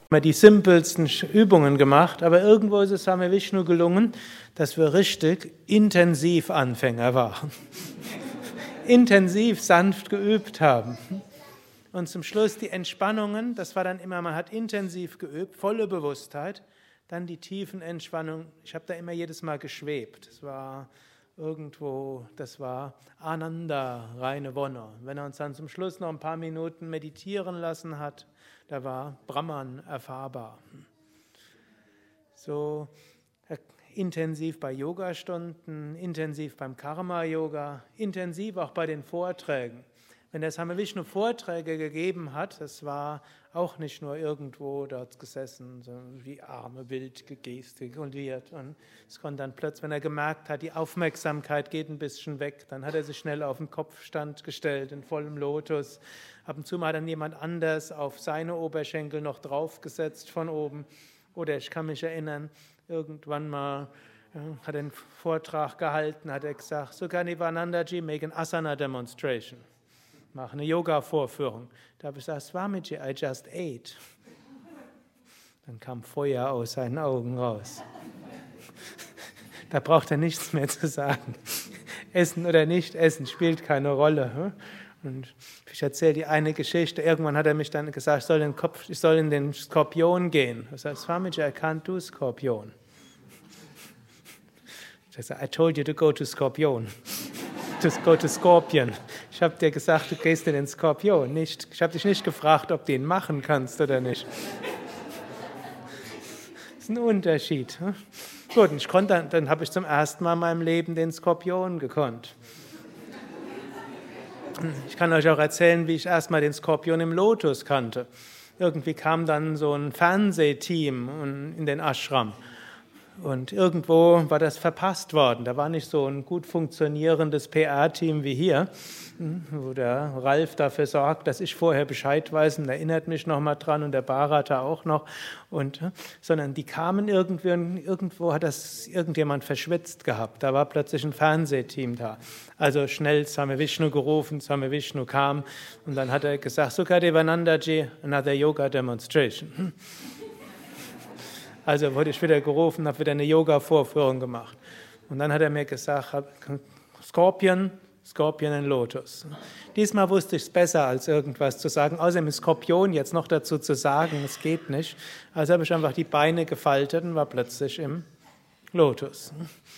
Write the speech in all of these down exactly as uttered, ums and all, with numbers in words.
Wir haben die simpelsten Übungen gemacht, aber irgendwo ist es Same Vishnu gelungen, dass wir richtig intensiv Anfänger waren. Intensiv sanft geübt haben. Und zum Schluss die Entspannungen, das war dann immer, man hat intensiv geübt, volle Bewusstheit, dann die tiefen Entspannungen. Ich habe da immer jedes Mal geschwebt. Es war irgendwo, das war Ananda, reine Wonne. Wenn er uns dann zum Schluss noch ein paar Minuten meditieren lassen hat, da war Brahman erfahrbar. So intensiv bei Yogastunden, intensiv beim Karma-Yoga, intensiv auch bei den Vorträgen. Wenn der Same Vishnu Vorträge gegeben hat, das war auch nicht nur irgendwo dort gesessen, sondern wie Arme wild gegestikuliert. Und es konnte dann plötzlich, wenn er gemerkt hat, die Aufmerksamkeit geht ein bisschen weg, dann hat er sich schnell auf den Kopfstand gestellt, in vollem Lotus. Ab und zu mal hat dann jemand anders auf seine Oberschenkel noch draufgesetzt von oben. Oder ich kann mich erinnern, irgendwann mal ja, hat er einen Vortrag gehalten, hat er gesagt, Sukanivanandaji make an Asana demonstration. Mach eine Yoga-Vorführung. Da habe ich gesagt, Swamiji, I just ate. Dann kam Feuer aus seinen Augen raus. Da braucht er nichts mehr zu sagen. Essen oder nicht essen spielt keine Rolle. Und ich erzähle die eine Geschichte. Irgendwann hat er mich dann gesagt, ich soll in den, Kopf, ich soll in den Skorpion gehen. Ich sage, Swamiji, I can't do Skorpion. Ich sage, I told you to go to Skorpion. To go to Scorpion. Ich habe dir gesagt, du gehst in den Skorpion. Nicht, ich habe dich nicht gefragt, ob du ihn machen kannst oder nicht. Das ist ein Unterschied. Gut, und ich konnte dann, dann habe ich zum ersten Mal in meinem Leben den Skorpion gekonnt. Ich kann euch auch erzählen, wie ich erstmal den Skorpion im Lotus kannte. Irgendwie kam dann so ein Fernsehteam in den Ashram. Und irgendwo war das verpasst worden. Da war nicht so ein gut funktionierendes P R-Team wie hier, wo der Ralf dafür sorgt, dass ich vorher Bescheid weiß und erinnert mich nochmal dran und der Bharata auch noch. Und, sondern die kamen irgendwie und irgendwo hat das irgendjemand verschwitzt gehabt. Da war plötzlich ein Fernsehteam da. Also schnell Same Vishnu gerufen, Same Vishnu kam und dann hat er gesagt, Sukadevanandaji, another yoga demonstration. Also wurde ich wieder gerufen, habe wieder eine Yoga-Vorführung gemacht. Und dann hat er mir gesagt, Skorpion, Skorpion und Lotus. Diesmal wusste ich es besser, als irgendwas zu sagen. Außerdem ist Skorpion jetzt noch dazu zu sagen, es geht nicht. Also habe ich einfach die Beine gefaltet und war plötzlich im Lotus.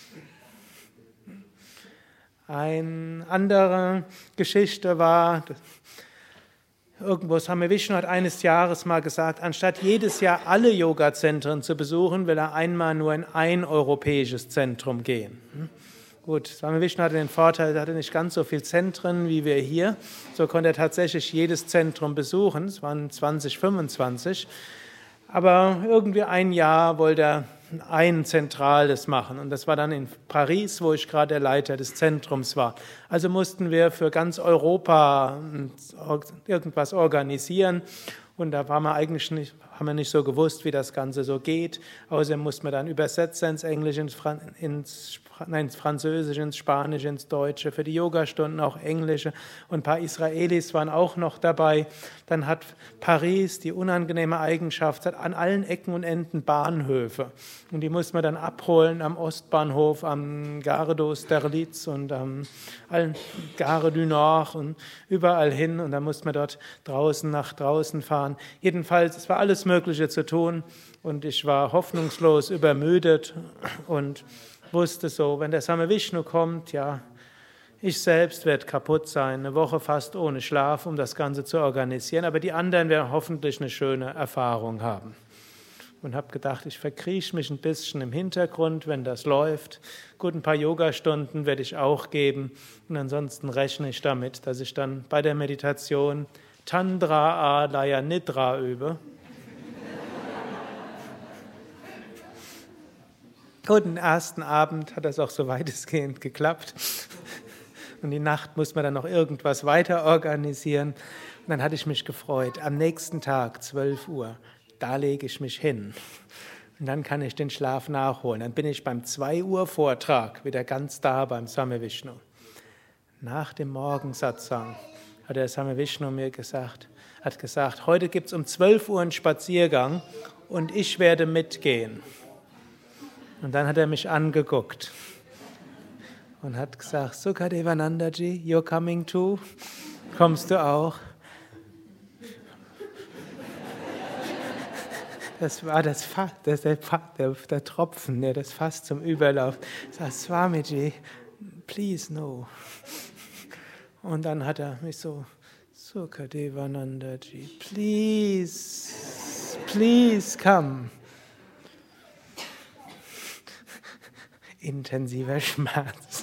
Eine andere Geschichte war, irgendwo Same Vishnu hat eines Jahres mal gesagt, anstatt jedes Jahr alle Yoga-Zentren zu besuchen, will er einmal nur in ein europäisches Zentrum gehen. Gut, Same Vishnu hatte den Vorteil, er hatte nicht ganz so viele Zentren wie wir hier. So konnte er tatsächlich jedes Zentrum besuchen. Es waren zwanzig, fünfundzwanzig. Aber irgendwie ein Jahr wollte er ein zentrales machen. Und das war dann in Paris, wo ich gerade der Leiter des Zentrums war. Also mussten wir für ganz Europa irgendwas organisieren. Und da waren wir eigentlich nicht, haben wir nicht so gewusst, wie das Ganze so geht. Außerdem mussten wir dann Übersetzer ins Englische, ins, Fran- ins, nein, ins Französische, ins Spanische, ins Deutsche, für die Yogastunden auch Englische. Und ein paar Israelis waren auch noch dabei. Dann hat Paris die unangenehme Eigenschaft, hat an allen Ecken und Enden Bahnhöfe. Und die mussten wir dann abholen am Ostbahnhof, am Gare d'Austerlitz und am Gare du Nord und überall hin. Und dann mussten wir dort draußen nach draußen fahren. Jedenfalls, es war alles Mögliche zu tun und ich war hoffnungslos übermüdet und wusste so, wenn der Same Vishnu kommt, ja, ich selbst werde kaputt sein, eine Woche fast ohne Schlaf, um das Ganze zu organisieren, aber die anderen werden hoffentlich eine schöne Erfahrung haben. Und habe gedacht, ich verkrieche mich ein bisschen im Hintergrund, wenn das läuft. Gut, ein paar Yogastunden werde ich auch geben und ansonsten rechne ich damit, dass ich dann bei der Meditation Tandra Alaya Nidra übe. Gut, den ersten Abend hat das auch so weitestgehend geklappt. Und die Nacht muss man dann noch irgendwas weiter organisieren. Und dann hatte ich mich gefreut. Am nächsten Tag, zwölf Uhr, da lege ich mich hin. Und dann kann ich den Schlaf nachholen. Dann bin ich beim zwei Uhr Vortrag wieder ganz da beim Same Vishnu. Nach dem Morgensatsang hat der Same Vishnu mir gesagt, hat gesagt, heute gibt es um zwölf Uhr einen Spaziergang und ich werde mitgehen. Und dann hat er mich angeguckt und hat gesagt, Sukadevanandaji, you're coming too? Kommst du auch? Das war das Fass, das der, der, der Tropfen, der das Fass zum Überlauf. Ich sage, Swamiji, please no. Und dann hat er mich so, Sukadevanandaji, please, please come. Intensiver Schmerz.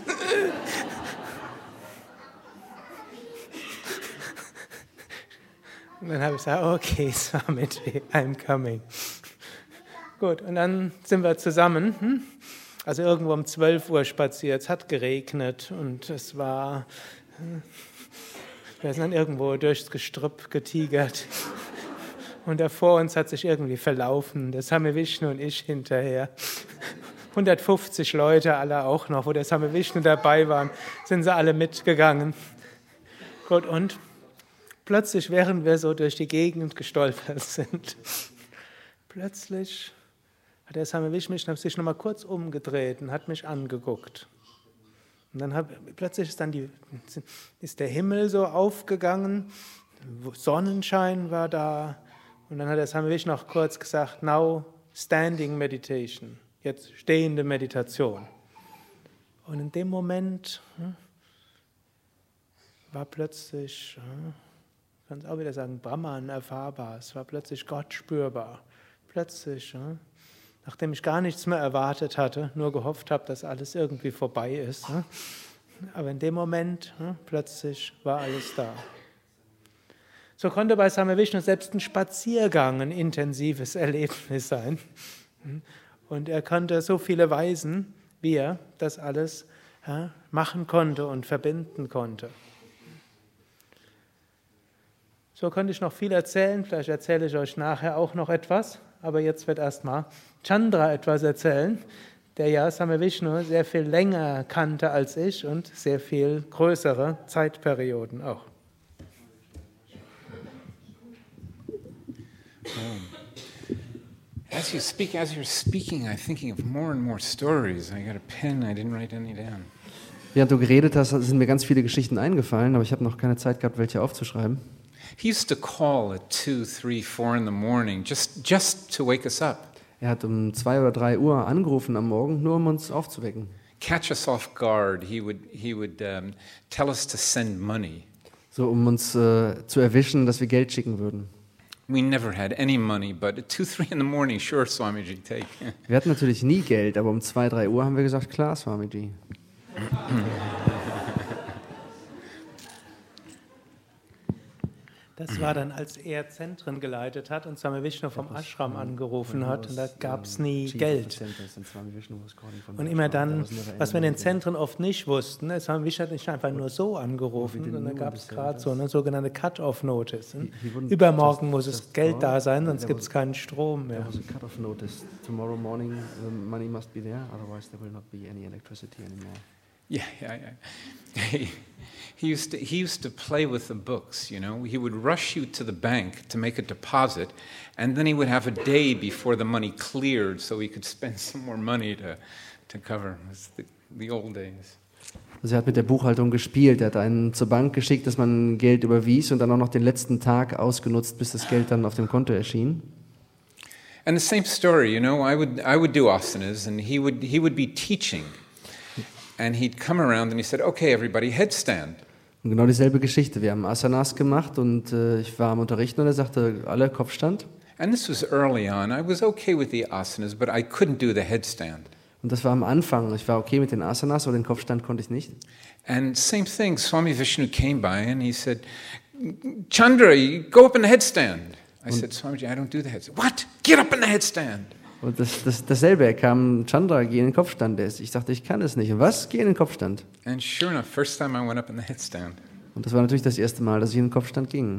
Und dann habe ich gesagt, okay, Swamiji, I'm coming. Gut, und dann sind wir zusammen, hm? also irgendwo um zwölf Uhr spaziert. Es hat geregnet und es war, wir sind dann irgendwo durchs Gestrüpp getigert. Und da vor uns hat sich irgendwie verlaufen. Das haben wir Vishnu und ich hinterher. hundertfünfzig Leute, alle auch noch, wo der Same Vishnu dabei waren, sind sie alle mitgegangen. Gut, und plötzlich, während wir so durch die Gegend gestolpert sind, plötzlich hat der Same Vishnu sich nochmal kurz umgedreht und hat mich angeguckt. Und dann hab, plötzlich ist dann die, ist der Himmel so aufgegangen, Sonnenschein war da. Und dann hat der Same Vishnu noch kurz gesagt, now standing meditation, jetzt stehende Meditation. Und in dem Moment hm, war plötzlich, hm, ich kann es auch wieder sagen, Brahman erfahrbar, es war plötzlich Gott spürbar. Plötzlich, hm, nachdem ich gar nichts mehr erwartet hatte, nur gehofft habe, dass alles irgendwie vorbei ist. Hm, aber in dem Moment, hm, plötzlich war alles da. So konnte bei Same Vishnu selbst ein Spaziergang ein intensives Erlebnis sein. Und er konnte so viele Weisen, wie er das alles ja, machen konnte und verbinden konnte. So könnte ich noch viel erzählen, vielleicht erzähle ich euch nachher auch noch etwas, aber jetzt wird erstmal Chandra etwas erzählen, der ja Same Vishnu sehr viel länger kannte als ich und sehr viel größere Zeitperioden auch. As you speak, as you're speaking, I'm thinking of more and more stories. I got a pen, I didn't write any down. Während du geredet hast, sind mir ganz viele Geschichten eingefallen, aber ich habe noch keine Zeit gehabt, welche aufzuschreiben. He used to call at two, three, four in the morning just, just to wake us up. Er hat um zwei oder drei Uhr angerufen am Morgen, nur um uns aufzuwecken. Catch us off guard. He would, he would um, tell us to send money. So, um uns äh, zu erwischen, dass wir Geld schicken würden. We never had any money, but at two, three in the morning, sure, Swamiji, take. Wir hatten natürlich nie Geld, aber um zwei, drei Uhr haben wir gesagt, klar, Swamiji. Das war dann, als er Zentren geleitet hat und Same Vishnu vom Ashram angerufen hat und da gab es nie Geld. Und immer dann, was wir in den Zentren oft nicht wussten, Same Vishnu hat nicht einfach nur so angerufen, sondern da gab es gerade so eine sogenannte Cut-off-Notice. Übermorgen muss es Geld da sein, sonst gibt es keinen Strom mehr. Cut-off-Notice. Tomorrow morning the money must be there, otherwise there will not be any electricity anymore. Yeah, yeah, yeah. He, he used to he used to play with the books, you know. He would rush you to the bank to make a deposit, and then he would have a day before the money cleared, so he could spend some more money to to cover. It was the, the old days. Also er hat mit der Buchhaltung gespielt. Er hat einen zur Bank geschickt, dass man Geld überwies und dann auch noch den letzten Tag ausgenutzt, bis das Geld dann auf dem Konto erschien. And the same story, you know. I would I would do asanas, and he would he would be teaching. And he'd come around and he said, okay, everybody, headstand. Und genau dieselbe Geschichte. Wir haben Asanas gemacht und äh, ich war am Unterrichten und er sagte, alle Kopfstand. And this was early on. I was okay with the asanas, but I couldn't do the headstand. Und das war am Anfang. Ich war okay mit den Asanas, aber den Kopfstand konnte ich nicht. And same thing, Swami Vishnu came by and he said, Chandra, you go up in the headstand. I said, Swamiji, I don't do the headstand. What? Get up in the headstand. Und das, das, dasselbe, er kam, Chandra, geh in den Kopfstand. Ich dachte, ich kann es nicht. Und was? Geh in den Kopfstand. And sure enough, first time I went up in the headstand. Und das war natürlich das erste Mal, dass ich in den Kopfstand ging.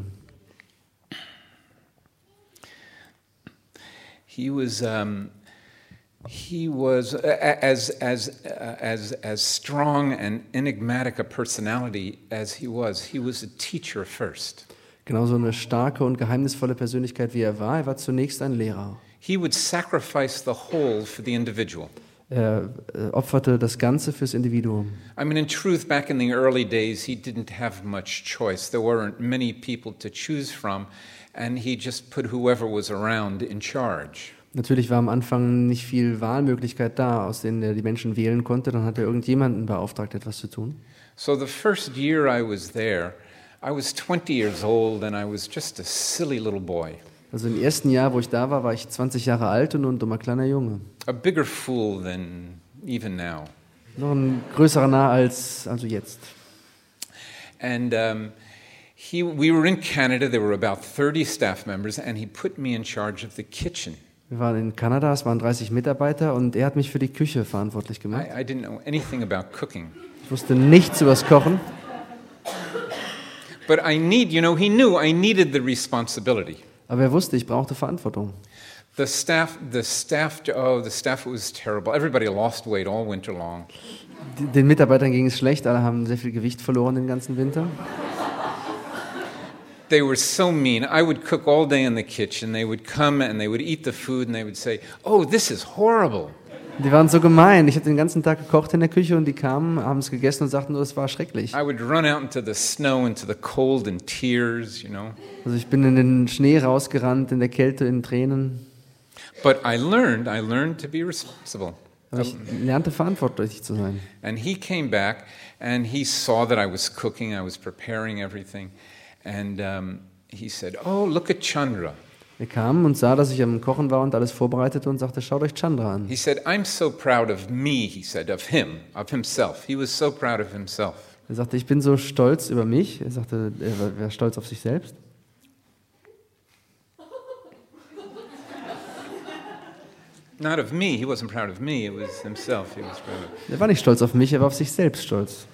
He was, um, he was uh, as as uh, as as strong and enigmatic a personality as he was. He was a teacher first. Genauso eine starke und geheimnisvolle Persönlichkeit, wie er war. Er war zunächst ein Lehrer. He would sacrifice the whole for the individual. Er äh, opferte das Ganze fürs Individuum. I mean, in truth, back in the early days, he didn't have much choice. There weren't many people to choose from, and he just put whoever was around in charge. Natürlich war am Anfang nicht viel Wahlmöglichkeit da, aus denen er die Menschen wählen konnte. Dann hat er irgendjemanden beauftragt, etwas zu tun. So the first year I was there, I was twenty years old, and I was just a silly little boy. Also im ersten Jahr, wo ich da war, war ich zwanzig Jahre alt und ein dummer kleiner Junge. A bigger fool than even now. Noch ein größerer Narr als also jetzt. And um, he, we were in Canada. There were about thirty staff members, and he put me in charge of the kitchen. Wir waren in Kanada, es waren dreißig Mitarbeiter und er hat mich für die Küche verantwortlich gemacht. I, I didn't know anything about cooking. Ich wusste nichts übers Kochen. But I need, you know, he knew I needed the responsibility. Aber er wusste, ich brauchte Verantwortung. The staff, the staff, oh, the staff was terrible. Everybody lost weight all winter long. Den Mitarbeitern ging es schlecht, alle haben sehr viel Gewicht verloren den ganzen Winter. They were so mean. I would cook all day in the kitchen. They would come and they would eat the food and they would say, "Oh, this is horrible." Die waren so gemein. Ich habe den ganzen Tag gekocht in der Küche und die kamen, haben es gegessen und sagten, oh, es war schrecklich. I would run out into the snow, into the cold in tears, you know. Also ich bin in den Schnee rausgerannt, in der Kälte, in Tränen. But I learned, I learned to be responsible. Aber ich lernte verantwortlich zu sein. And he came back and he saw that I was cooking, I was preparing everything. And um, he said, "Oh, look at Chandra." Er kam und sah, dass ich am Kochen war und alles vorbereitete und sagte, schaut euch Chandra an. He said, "I'm so proud of me," he said, of him, of himself. He was so proud of himself. Er sagte, ich bin so stolz über mich. Er sagte, er war, war stolz auf sich selbst. Not of me, he wasn't proud of me, it was himself he was proud of. Er war nicht stolz auf mich, er war auf sich selbst stolz.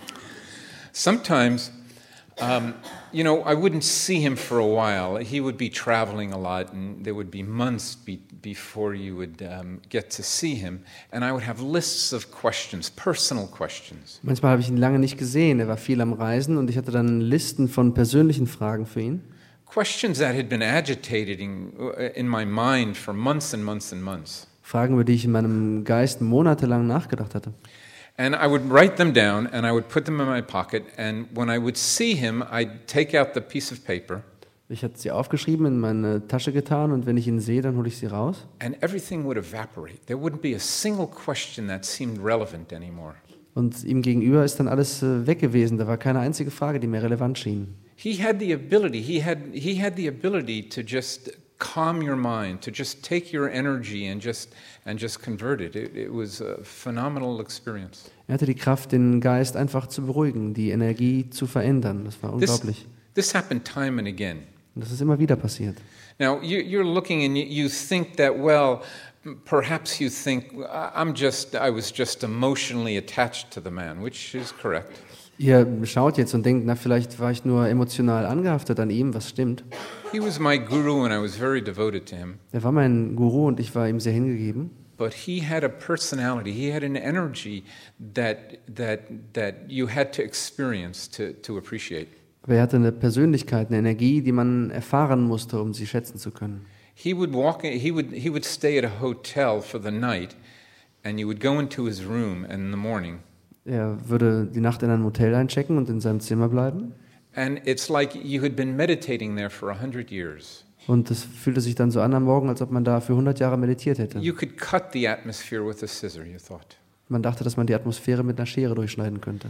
Sometimes, um, you know, I wouldn't see him for a while. He would be traveling a lot, and there would be months be, before you would um, get to see him. And I would have lists of questions, personal questions. Manchmal habe ich ihn lange nicht gesehen. Er war viel am Reisen und ich hatte dann Listen von persönlichen Fragen für ihn. Questions that had been agitated in, in my mind for months and months and months. Fragen, über die ich in meinem Geist monatelang nachgedacht hatte. And I would write them down and I would put them in my pocket, and when I would see him, I'd take out the piece of paper. Ich hatte sie aufgeschrieben, in meine Tasche getan und wenn ich ihn sehe, dann hole ich sie raus. And everything would evaporate. There wouldn't be a single question that seemed relevant anymore. Und ihm gegenüber ist dann alles äh, weg gewesen. Da war keine einzige Frage, die mir relevant schien. He had the ability, he had, he had the ability to just calm your mind, to just take your energy and just, and just convert it. It, it was a phenomenal experience. Er hatte die Kraft, den Geist einfach zu beruhigen, die Energie zu verändern. Das war This, unglaublich. this happened time and again. Und das ist immer wieder passiert. Now, you, you're looking and you, you think that, well, perhaps you think, I'm just, I was just emotionally attached to the man, which is correct. Ihr schaut jetzt und denkt, na, vielleicht war ich nur emotional angehaftet an ihm, was stimmt. He was my guru and I was very devoted to him. Er war mein Guru und ich war ihm sehr hingegeben. But he had a personality, he had an energy that, that, that you had to experience to, to appreciate. Aber er hatte eine Persönlichkeit, eine Energie, die man erfahren musste, um sie schätzen zu können. He would walk, he would, he would stay at a hotel for the night and you would go into his room in the morning. Er würde die Nacht in einem Hotel einchecken und in seinem Zimmer bleiben. And it's like you had been meditating there for a hundred years. Und es fühlte sich dann so an am Morgen, als ob man da für hundert Jahre meditiert hätte. You could cut the atmosphere with a scissor, you thought. Man dachte, dass man die Atmosphäre mit einer Schere durchschneiden könnte.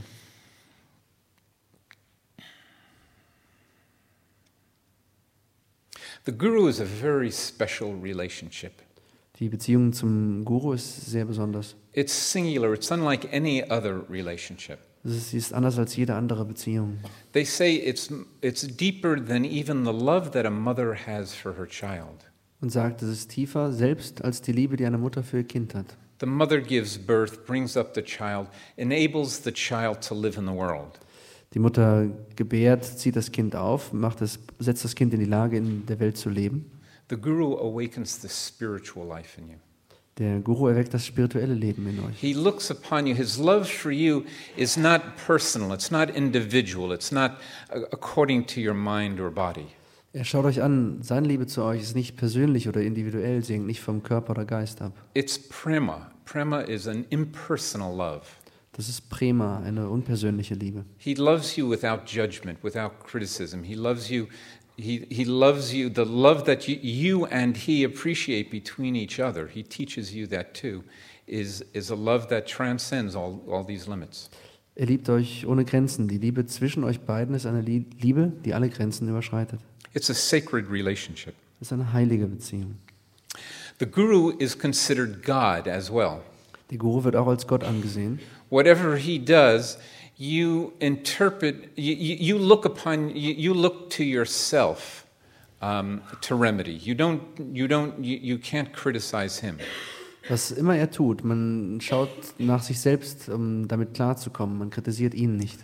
The guru is a very special relationship. Die Beziehung zum Guru ist sehr besonders. It's singular, it's unlike any other relationship. Sie ist, ist anders als jede andere Beziehung. They say it's, it's deeper than even the love that a mother has for her child. Und sagt, es ist tiefer selbst als die Liebe, die eine Mutter für ihr Kind hat. The mother gives birth, brings up the child, enables the child to live in the world. Die Mutter gebärt, zieht das Kind auf, macht es, setzt das Kind in die Lage, in der Welt zu leben. The guru awakens the spiritual life in you. Der Guru erweckt das spirituelle Leben in euch. He looks upon you. His love for you is not personal. It's not individual. It's not uh, according to your mind or body. Er schaut euch an, seine Liebe zu euch ist nicht persönlich oder individuell, sie hängt nicht vom Körper oder Geist ab. It's prema. Prema is an impersonal love. Das ist Prema, eine unpersönliche Liebe. He loves you without judgment, without criticism. He loves you. He he loves you. The love that you, you and he appreciate between each other. He teaches you that too. Is is a love that transcends all all these limits. Er liebt euch ohne Grenzen. Die Liebe zwischen euch beiden ist eine Liebe, die alle Grenzen überschreitet. It's a sacred relationship. Das ist eine heilige Beziehung. The guru is considered God as well. Der Guru wird auch als Gott angesehen. Whatever he does, you interpret, you, you, you look upon, you, you look to yourself um, to remedy. You don't, you don't, you, you can't criticize him. Was immer er tut, man schaut nach sich selbst, um damit klarzukommen. Man kritisiert ihn nicht.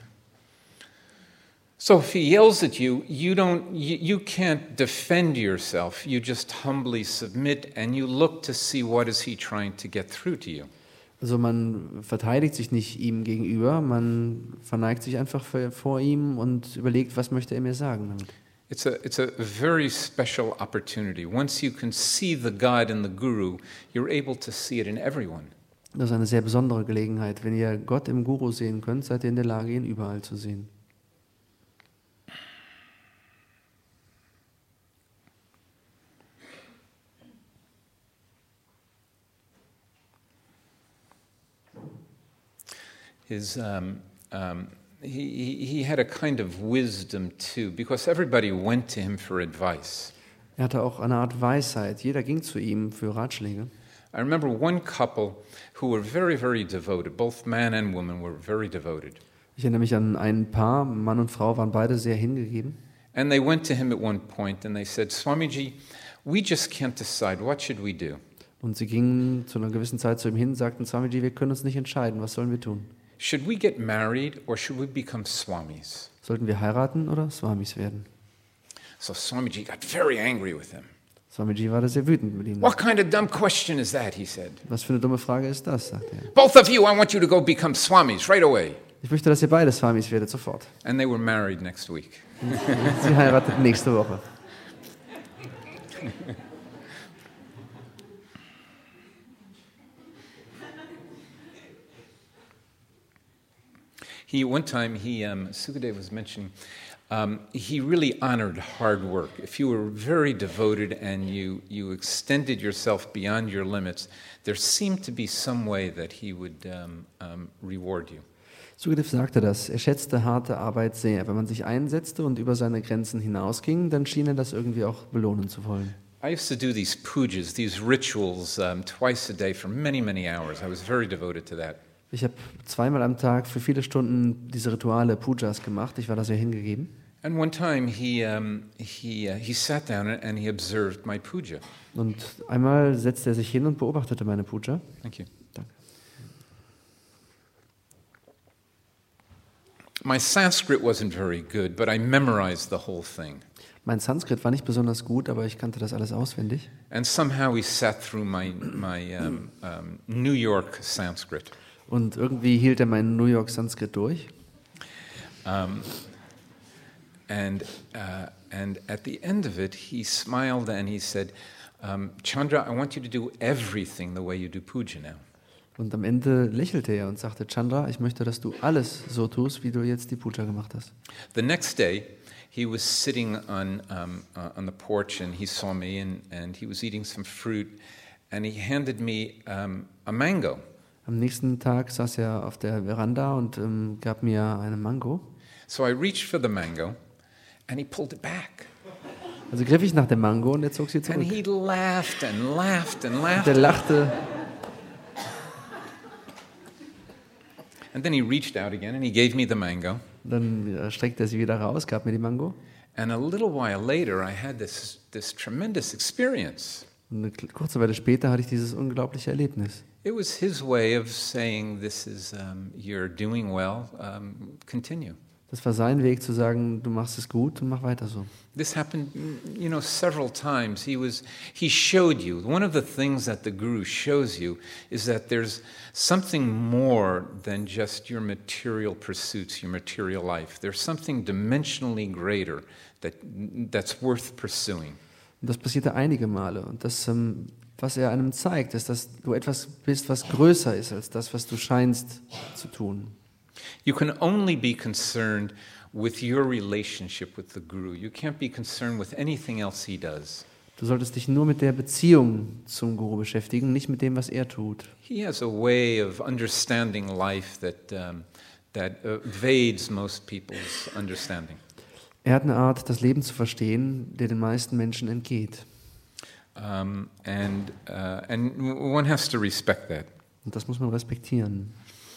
So if he yells at you, you don't, you, you can't defend yourself. You just humbly submit and you look to see what is he trying to get through to you. Also man verteidigt sich nicht ihm gegenüber, man verneigt sich einfach vor ihm und überlegt, was möchte er mir sagen damit. It's a, it's a very special opportunity. Once you can see the God in the Guru, you're able to see it in everyone. Das ist eine sehr besondere Gelegenheit. Wenn ihr Gott im Guru sehen könnt, seid ihr in der Lage, ihn überall zu sehen. His, um, um, he, he had a kind of wisdom too, because everybody went to him for advice. Er hatte auch eine Art Weisheit. Jeder ging zu ihm für Ratschläge. I remember one couple who were very, very devoted. Both man and woman were very devoted. Ich erinnere mich an ein Paar, Mann und Frau waren beide sehr hingegeben. And they went to him at one point and they said, Swamiji, we just can't decide. What should we do? Und sie gingen zu einer gewissen Zeit zu ihm hin und sagten, Swamiji, wir können uns nicht entscheiden. Was sollen wir tun? Should we get married or should we become swamis? Sollten wir heiraten oder Swamis werden? So Swamiji got very angry with him. Swamiji war da sehr wütend mit ihm. What kind of dumb question is that, he said. Was für eine dumme Frage ist das, sagte er. Both of you, I want you to go become swamis right away. Ich möchte, dass ihr beide Swamis werdet, sofort. And they were married next week. Sie heirateten nächste Woche. He one time he um, Sukadev was mentioning um, he really honored hard work. If you were very devoted and you you extended yourself beyond your limits, there seemed to be some way that he would um, um, reward you. Sukadev sagte das. Er schätzte harte Arbeit sehr. Wenn man sich einsetzte und über seine Grenzen hinausging, dann schien er das irgendwie auch belohnen zu wollen. I used to do these pujas, these rituals, um, twice a day for many, many hours. I was very devoted to that. Ich habe zweimal am Tag für viele Stunden diese Rituale, Pujas gemacht. Ich war da sehr hingegeben. And one time he um, he uh, he sat down and he observed my puja. Und einmal setzte er sich hin und beobachtete meine Puja. Thank you. Danke. My Sanskrit wasn't very good, but I memorized the whole thing. Mein Sanskrit war nicht besonders gut, aber ich kannte das alles auswendig. And somehow we sat through my my um, um, New York Sanskrit. Und irgendwie hielt er meinen New York Sanskrit durch. Um, and uh, and at the end of it, he smiled and he said, um, "Chandra, I want you to do everything the way you do puja now." Und am Ende lächelte er und sagte, Chandra, ich möchte, dass du alles so tust, wie du jetzt die Puja gemacht hast. The next day, he was sitting on um, uh, on the porch and he saw me and, and he was eating some fruit and he handed me um, a mango. Am nächsten Tag saß er auf der Veranda und ähm, gab mir eine Mango. So I reached for the mango and he pulled it back. Also griff ich nach der Mango und er zog sie And zurück. he laughed and laughed and Und laughed. er lachte. And then he reached out again and he gave me the mango. Dann äh, streckte er sie wieder raus, gab mir die Mango. And a little while later, I had this, this tremendous experience. Und eine kurze Weile später hatte ich dieses unglaubliche Erlebnis. It was his way of saying, this is, um, you're doing well, um, continue. Das war sein Weg zu sagen, du machst es gut und mach weiter so. This happened, you know, several times. He was, he showed you. One of the things that the Guru shows you is that there's something more than just your material pursuits, your material life. There's something dimensionally greater that that's worth pursuing. Und das passierte einige Male. Und das, ähm, was er einem zeigt, ist, dass du etwas bist, was größer ist als das, was du scheinst zu tun. You can only be concerned with your relationship with the Guru. You can't be concerned with anything else he does. Du solltest dich nur mit der Beziehung zum Guru beschäftigen, nicht mit dem, was er tut. He has a way of understanding life that um, that evades most people's understanding. Er hat eine Art, das Leben zu verstehen, der den meisten Menschen entgeht. Um, and uh, and one has to respect that. Und das muss man respektieren.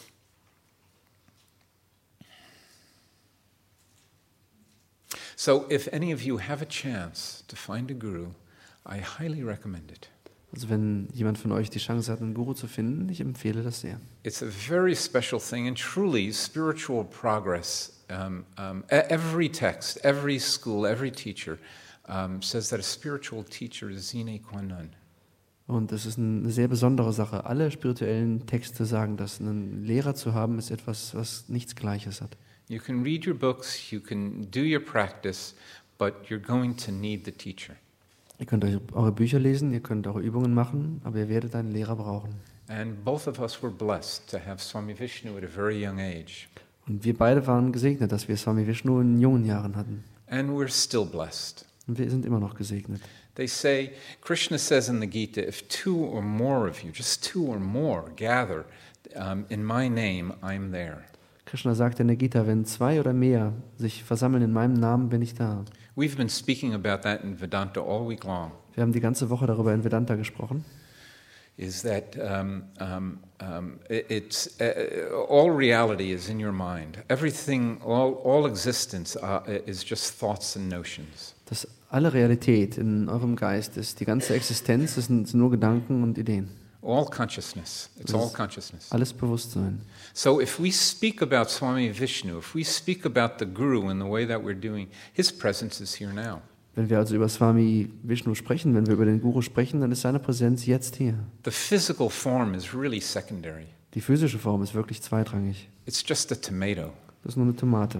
So, if any of you have a chance to find a guru, I highly recommend it. Also wenn jemand von euch die Chance hat, einen Guru zu finden, ich empfehle das sehr. It's a very special thing, and truly, spiritual progress. Um, um, every text, every school, every teacher um, says that a spiritual teacher is sine qua non. Und es ist eine sehr besondere Sache. Alle spirituellen Texte sagen, dass einen Lehrer zu haben, ist etwas, was nichts Gleiches hat. You can read your books, you can do your practice, but you're going to need the teacher. Ihr könnt euch eure Bücher lesen, ihr könnt eure Übungen machen, aber ihr werdet einen Lehrer brauchen. And both of us were blessed to have Swami Vishnu at a very young age. Und wir beide waren gesegnet, dass wir Swami Vishnu in jungen Jahren hatten. And we're still blessed. Und wir sind immer noch gesegnet. They say, Krishna says in the Gita, if two or more of you, just two or more, gather um, in my name, I'm there. Krishna sagt in der Gita, wenn zwei oder mehr sich versammeln in meinem Namen, bin ich da. We've been speaking about that in Vedanta all week long. Wir haben die ganze Woche darüber in Vedanta gesprochen. Is that um, um, um, it, it's uh, all reality is in your mind. Everything, all, all existence uh, is just thoughts and notions. Dass alle Realität in eurem Geist ist, die ganze Existenz, das sind nur Gedanken und Ideen. All consciousness. It's all consciousness. Alles Bewusstsein. So if we speak about Swami Vishnu, if we speak about the Guru in the way that we're doing, his presence is here now. Wenn wir also über Swami Vishnu sprechen, wenn wir über den Guru sprechen, dann ist seine Präsenz jetzt hier. The physical form is really secondary. Die physische Form ist wirklich zweitrangig. It's just a tomato. Das ist nur eine Tomate.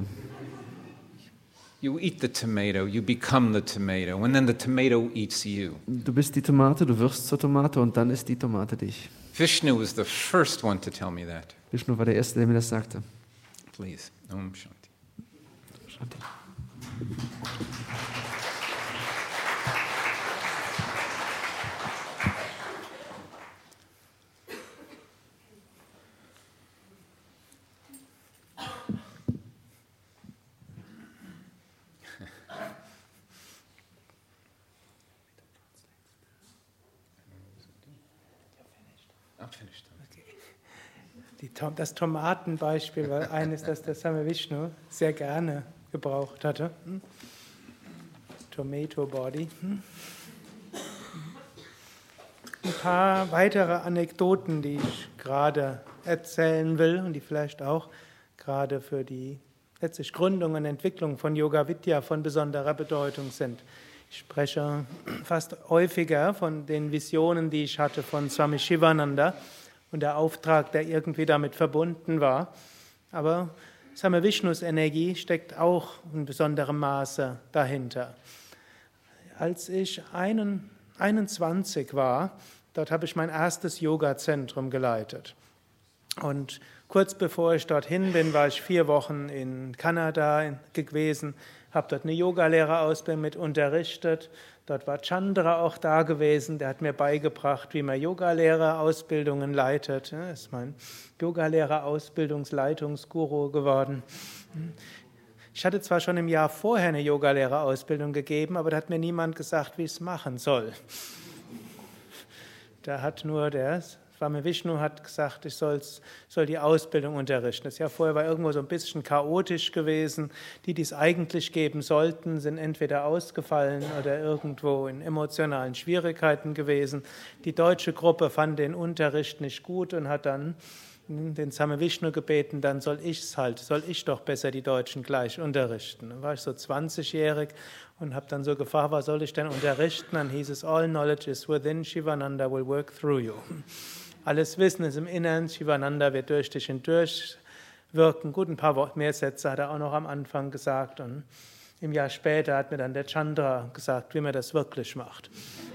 You eat the tomato, you become the tomato, and then the tomato eats you. Du bist die Tomate, du wirst zur Tomate und dann ist die Tomate dich. Vishnu was the first one to tell me that. Vishnu war der Erste, der mir das sagte. Please. Om Shanti. Shanti. Die, das Tomatenbeispiel war eines, das der Swami Vishnu sehr gerne gebraucht hatte. Hm? Tomato Body. Hm? Ein paar weitere Anekdoten, die ich gerade erzählen will und die vielleicht auch gerade für die letztlich Gründung und Entwicklung von Yoga Vidya von besonderer Bedeutung sind. Ich spreche fast häufiger von den Visionen, die ich hatte von Swami Shivananda und der Auftrag, der irgendwie damit verbunden war. Aber Swami Vishnus Energie steckt auch in besonderem Maße dahinter. Als ich einundzwanzig war, dort habe ich mein erstes Yoga-Zentrum geleitet. Und kurz bevor ich dorthin bin, war ich vier Wochen in Kanada gewesen, habe dort eine Yogalehrerausbildung mit unterrichtet. Dort war Chandra auch da gewesen, der hat mir beigebracht, wie man Yogalehrerausbildungen leitet. Er ist mein Yogalehrerausbildungsleitungsguru geworden. Ich hatte zwar schon im Jahr vorher eine Yogalehrerausbildung gegeben, aber da hat mir niemand gesagt, wie ich es machen soll. Da hat nur der Swami Vishnu hat gesagt, ich soll's, soll die Ausbildung unterrichten. Das Jahr vorher war irgendwo so ein bisschen chaotisch gewesen. Die, die es eigentlich geben sollten, sind entweder ausgefallen oder irgendwo in emotionalen Schwierigkeiten gewesen. Die deutsche Gruppe fand den Unterricht nicht gut und hat dann den Same Vishnu gebeten, dann soll ich's halt, soll ich doch besser die Deutschen gleich unterrichten. Dann war ich so zwanzigjährig und habe dann so gefragt, was soll ich denn unterrichten? Dann hieß es, all knowledge is within, Shivananda will work through you. Alles Wissen ist im Inneren, Shivananda wird durch dich hindurch wirken. Gut, ein paar mehr Sätze hat er auch noch am Anfang gesagt. Und im Jahr später hat mir dann der Chandra gesagt, wie man das wirklich macht.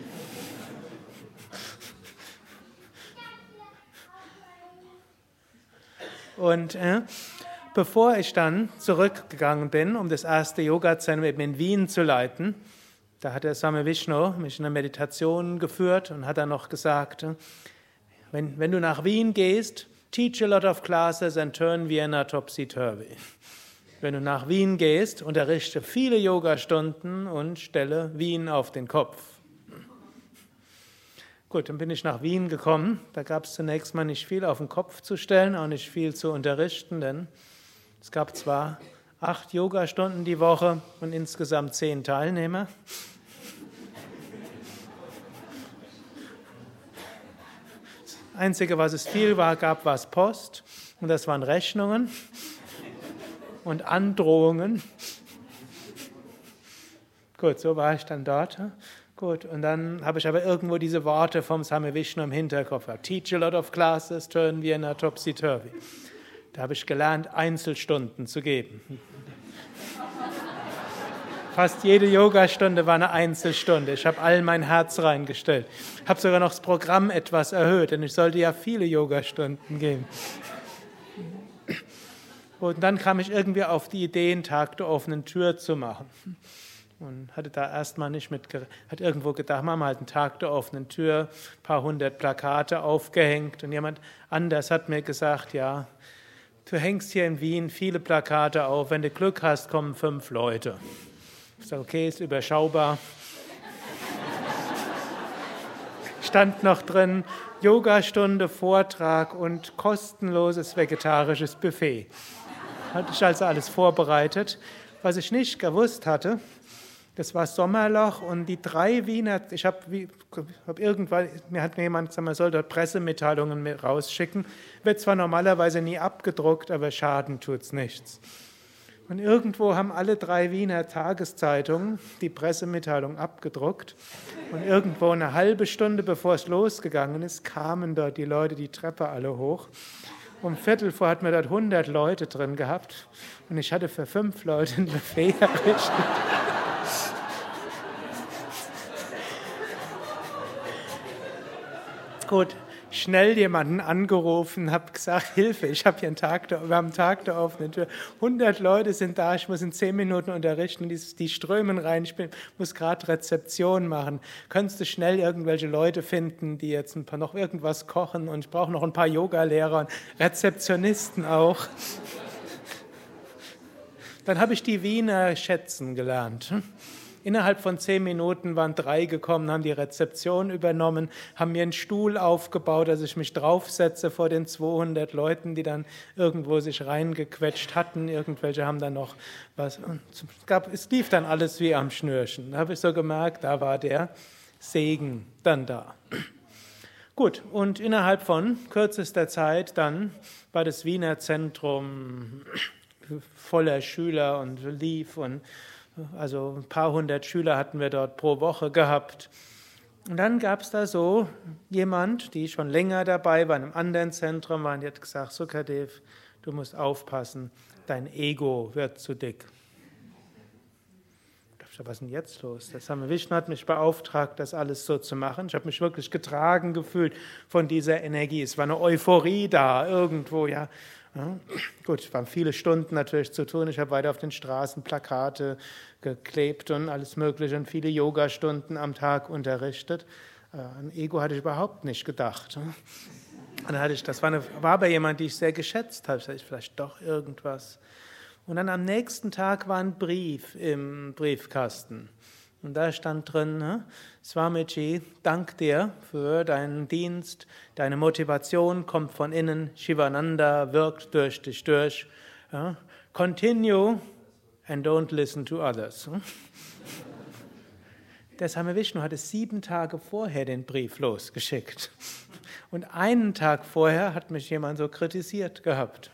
Und äh, bevor ich dann zurückgegangen bin, um das erste Yoga-Zentrum eben in Wien zu leiten, da hat der Same Vishnu mich in eine Meditation geführt und hat dann noch gesagt, wenn, wenn du nach Wien gehst, teach a lot of classes and turn Vienna topsy-turvy. Wenn du nach Wien gehst, unterrichte viele Yogastunden und stelle Wien auf den Kopf. Gut, dann bin ich nach Wien gekommen. Da gab es zunächst mal nicht viel auf den Kopf zu stellen, auch nicht viel zu unterrichten, denn es gab zwar acht Yogastunden die Woche und insgesamt zehn Teilnehmer. Das Einzige, was es viel war, gab, war Post und das waren Rechnungen und Androhungen. Gut, so war ich dann dort. Gut, und dann habe ich aber irgendwo diese Worte vom Same Vishnu im Hinterkopf. Teach a lot of classes, turn Vienna topsy-turvy. Da habe ich gelernt, Einzelstunden zu geben. Fast jede Yogastunde war eine Einzelstunde. Ich habe all mein Herz reingestellt. Ich habe sogar noch das Programm etwas erhöht, denn ich sollte ja viele Yogastunden geben. Und dann kam ich irgendwie auf die Idee, einen Tag der offenen Tür zu machen. Und hatte da erstmal nicht mit, hat irgendwo gedacht, machen wir halt einen Tag der offenen Tür, ein paar hundert Plakate aufgehängt. Und jemand anders hat mir gesagt, ja, du hängst hier in Wien viele Plakate auf, wenn du Glück hast, kommen fünf Leute. Ich sage, okay, ist überschaubar. Stand noch drin, Yogastunde, Vortrag und kostenloses vegetarisches Buffet. Hatte ich also alles vorbereitet. Was ich nicht gewusst hatte, das war Sommerloch und die drei Wiener, ich habe hab irgendwann, mir hat mir jemand gesagt, man soll dort Pressemitteilungen rausschicken. Wird zwar normalerweise nie abgedruckt, aber Schaden tut's nichts. Und irgendwo haben alle drei Wiener Tageszeitungen die Pressemitteilung abgedruckt. Und irgendwo eine halbe Stunde bevor es losgegangen ist, kamen dort die Leute die Treppe alle hoch. Um Viertel vor hatten wir dort hundert Leute drin gehabt. Und ich hatte für fünf Leute ein Buffet errichtet. Gut, schnell jemanden angerufen, habe gesagt, Hilfe, ich habe hier einen Tag, der, wir haben einen Tag der offenen Tür. hundert Leute sind da, ich muss in zehn Minuten unterrichten, die, die strömen rein, ich bin, muss gerade Rezeption machen. Könntest du schnell irgendwelche Leute finden, die jetzt ein paar, noch irgendwas kochen und ich brauche noch ein paar Yogalehrer und Rezeptionisten auch. Dann habe ich die Wiener schätzen gelernt. Innerhalb von zehn Minuten waren drei gekommen, haben die Rezeption übernommen, haben mir einen Stuhl aufgebaut, dass ich mich draufsetze vor den zweihundert Leuten, die dann irgendwo sich reingequetscht hatten. Irgendwelche haben dann noch was. Es, gab, es lief dann alles wie am Schnürchen. Da habe ich so gemerkt, da war der Segen dann da. Gut, und innerhalb von kürzester Zeit dann war das Wiener Zentrum voller Schüler und lief und also ein paar hundert Schüler hatten wir dort pro Woche gehabt. Und dann gab es da so jemand, die schon länger dabei war, in einem anderen Zentrum war, und die hat gesagt, Sukadev, du musst aufpassen, dein Ego wird zu dick. Ich dachte, was ist denn jetzt los? Der Same Vishnu hat mich beauftragt, das alles so zu machen. Ich habe mich wirklich getragen gefühlt von dieser Energie. Es war eine Euphorie da irgendwo, ja. Ja, gut, es waren viele Stunden natürlich zu tun. Ich habe weiter auf den Straßen Plakate geklebt und alles Mögliche und viele Yogastunden am Tag unterrichtet. An Ego hatte ich überhaupt nicht gedacht. Und dann hatte ich, das war, eine, war aber jemand, die ich sehr geschätzt habe. Ich dachte, vielleicht doch irgendwas. Und dann am nächsten Tag war ein Brief im Briefkasten. Und da stand drin, ne, Swamiji, dank dir für deinen Dienst, deine Motivation kommt von innen, Shivananda wirkt durch dich durch. Ja, continue and don't listen to others. der Same Vishnu hatte sieben Tage vorher den Brief losgeschickt. Und einen Tag vorher hat mich jemand so kritisiert gehabt.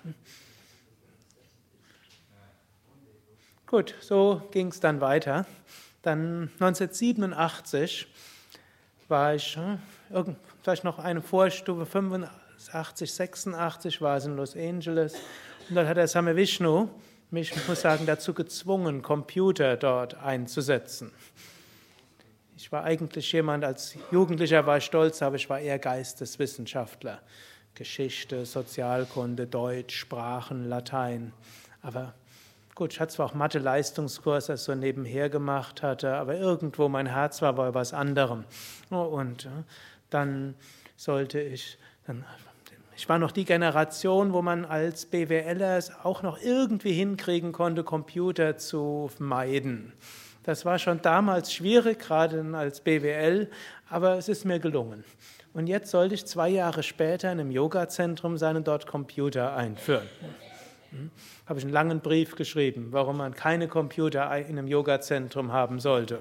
Gut, so ging es dann weiter. Dann neunzehnhundertsiebenundachtzig war ich, vielleicht noch eine Vorstufe, fünfundachtzig, sechsundachtzig war es in Los Angeles. Und dort hat der Same Vishnu mich, ich muss sagen, dazu gezwungen, Computer dort einzusetzen. Ich war eigentlich jemand, als Jugendlicher war ich stolz, aber ich war eher Geisteswissenschaftler. Geschichte, Sozialkunde, Deutsch, Sprachen, Latein. Aber gut, ich hatte zwar auch Mathe-Leistungskurs, das ich so nebenher gemacht hatte, aber irgendwo mein Herz war bei was anderem. Und dann sollte ich, dann, ich war noch die Generation, wo man als BWLer es auch noch irgendwie hinkriegen konnte, Computer zu meiden. Das war schon damals schwierig, gerade als B W L, aber es ist mir gelungen. Und jetzt sollte ich zwei Jahre später in einem Yoga-Zentrum sein und dort Computer einführen. Hm. Habe ich einen langen Brief geschrieben, warum man keine Computer in einem Yoga-Zentrum haben sollte.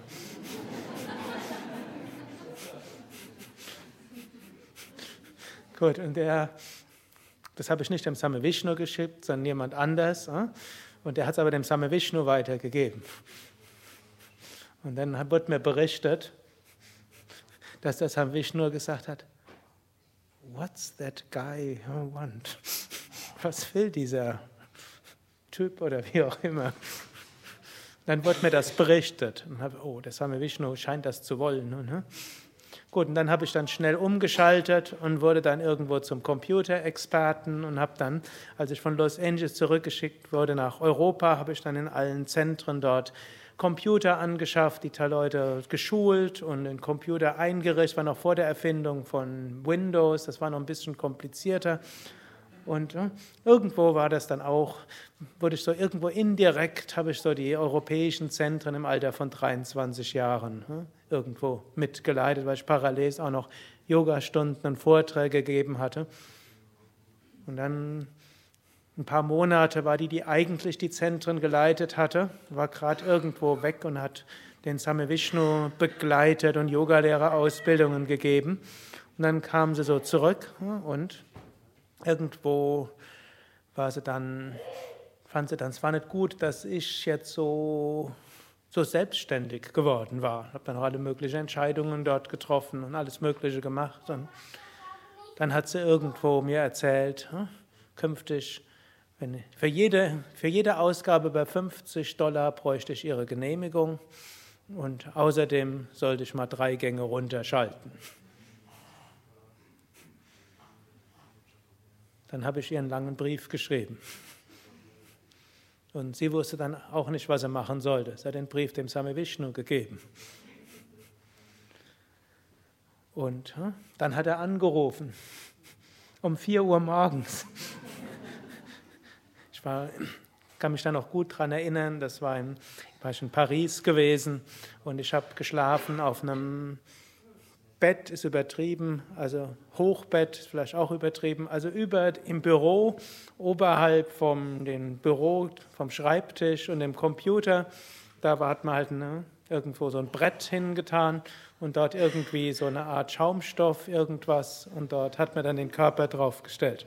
Gut, und der, das habe ich nicht dem Same Vishnu geschickt, sondern jemand anders. Und der hat es aber dem Same Vishnu weitergegeben. Und dann wurde mir berichtet, dass der Same Vishnu gesagt hat, what's that guy want? Was will dieser Typ oder wie auch immer? Dann wurde mir das berichtet. Und habe, oh, der Same Vishnu scheint das zu wollen. Ne? Gut, und dann habe ich dann schnell umgeschaltet und wurde dann irgendwo zum Computerexperten und habe dann, als ich von Los Angeles zurückgeschickt wurde nach Europa, habe ich dann in allen Zentren dort Computer angeschafft, die Leute geschult und den Computer eingerichtet, war noch vor der Erfindung von Windows, das war noch ein bisschen komplizierter. Und ja, irgendwo war das dann auch, wurde ich so irgendwo indirekt, habe ich so die europäischen Zentren im Alter von dreiundzwanzig Jahren ja, irgendwo mitgeleitet, weil ich parallel auch noch Yogastunden und Vorträge gegeben hatte. Und dann ein paar Monate war die, die eigentlich die Zentren geleitet hatte, war gerade irgendwo weg und hat den Same Vishnu begleitet und Yogalehrerausbildungen gegeben. Und dann kam sie so zurück ja, und irgendwo war sie dann, fand sie dann, es war nicht gut, dass ich jetzt so, so selbstständig geworden war. Ich habe dann auch alle möglichen Entscheidungen dort getroffen und alles Mögliche gemacht. Und dann hat sie irgendwo mir erzählt, hm, künftig, wenn, für, jede, für jede Ausgabe bei fünfzig Dollar bräuchte ich ihre Genehmigung und außerdem sollte ich mal drei Gänge runterschalten. Dann habe ich ihr einen langen Brief geschrieben. Und sie wusste dann auch nicht, was sie machen sollte. Sie hat den Brief dem Same Vishnu gegeben. Und dann hat er angerufen, um vier Uhr morgens. Ich war, kann mich da noch gut daran erinnern, das war in, war ich in Paris gewesen und ich habe geschlafen auf einem Bett, ist übertrieben, also Hochbett, vielleicht auch übertrieben, also über im Büro, oberhalb vom dem Büro, vom Schreibtisch und dem Computer, da hat man halt ne, irgendwo so ein Brett hingetan und dort irgendwie so eine Art Schaumstoff, irgendwas und dort hat man dann den Körper draufgestellt.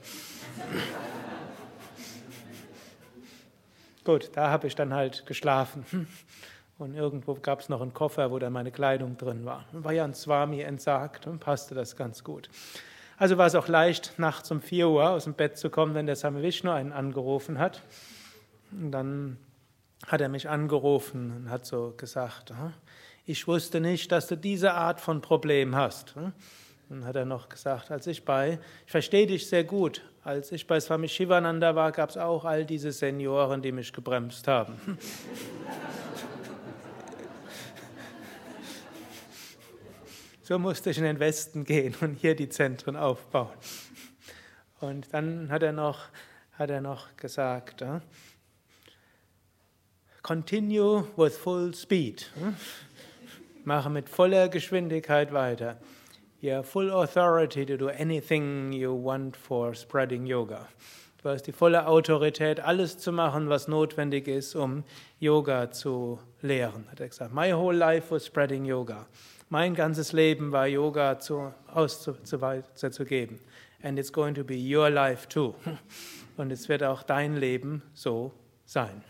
Gut, da habe ich dann halt geschlafen. Und irgendwo gab es noch einen Koffer, wo dann meine Kleidung drin war. War ja ein Swami entsagt und passte das ganz gut. Also war es auch leicht, nachts um vier Uhr aus dem Bett zu kommen, wenn der Same Vishnu einen angerufen hat. Und dann hat er mich angerufen und hat so gesagt, ich wusste nicht, dass du diese Art von Problem hast. Dann hat er noch gesagt, als ich bei, ich verstehe dich sehr gut, als ich bei Swami Shivananda war, gab es auch all diese Senioren, die mich gebremst haben. So musste ich in den Westen gehen und hier die Zentren aufbauen. Und dann hat er noch, hat er noch gesagt, äh, continue with full speed. Mache mit voller Geschwindigkeit weiter. You have full authority to do anything you want for spreading yoga. Du hast die volle Autorität, alles zu machen, was notwendig ist, um Yoga zu lehren. Hat er gesagt, my whole life was spreading yoga. Mein ganzes Leben war Yoga zu, auszugeben. And it's going to be your life too. Und es wird auch dein Leben so sein.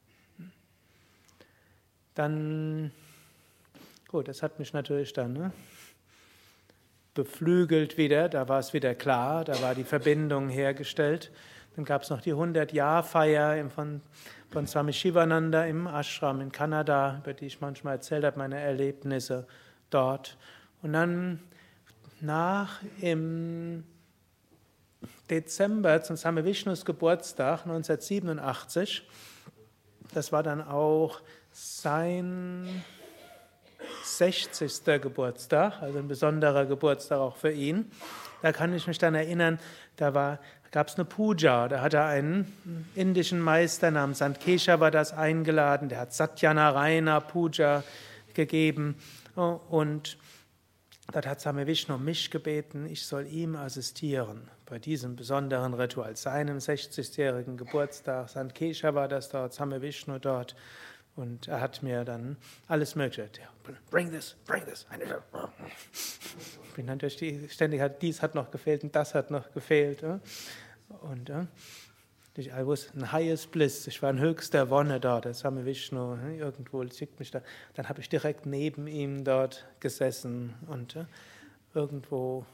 Dann, gut, das hat mich natürlich dann ne, beflügelt wieder, da war es wieder klar, da war die Verbindung hergestellt. Dann gab es noch die hundert-Jahr-Feier von, von Swami Shivananda im Ashram in Kanada, über die ich manchmal erzählt habe, meine Erlebnisse dort. Und dann nach im Dezember zum Swami Vishnus Geburtstag neunzehnhundertsiebenundachtzig, das war dann auch sein sechzigster Geburtstag, also ein besonderer Geburtstag auch für ihn. Da kann ich mich dann erinnern, da gab es eine Puja, da hat er einen indischen Meister namens Sankeshava das eingeladen, der hat Satyanarayana Puja gegeben und dort hat Swami Vishnu mich gebeten, ich soll ihm assistieren bei diesem besonderen Ritual, seinem sechzigjährigen Geburtstag. Sankeshava das dort, Swami Vishnu dort. Und er hat mir dann alles Mögliche, bring this, bring this. Ich bin dann durch die, ständig hat, dies hat noch gefehlt und das hat noch gefehlt. Und I was in highest bliss, ich war in höchster Wonne dort, der Swami Vishnu irgendwo schickt mich da. Dann habe ich direkt neben ihm dort gesessen und irgendwo.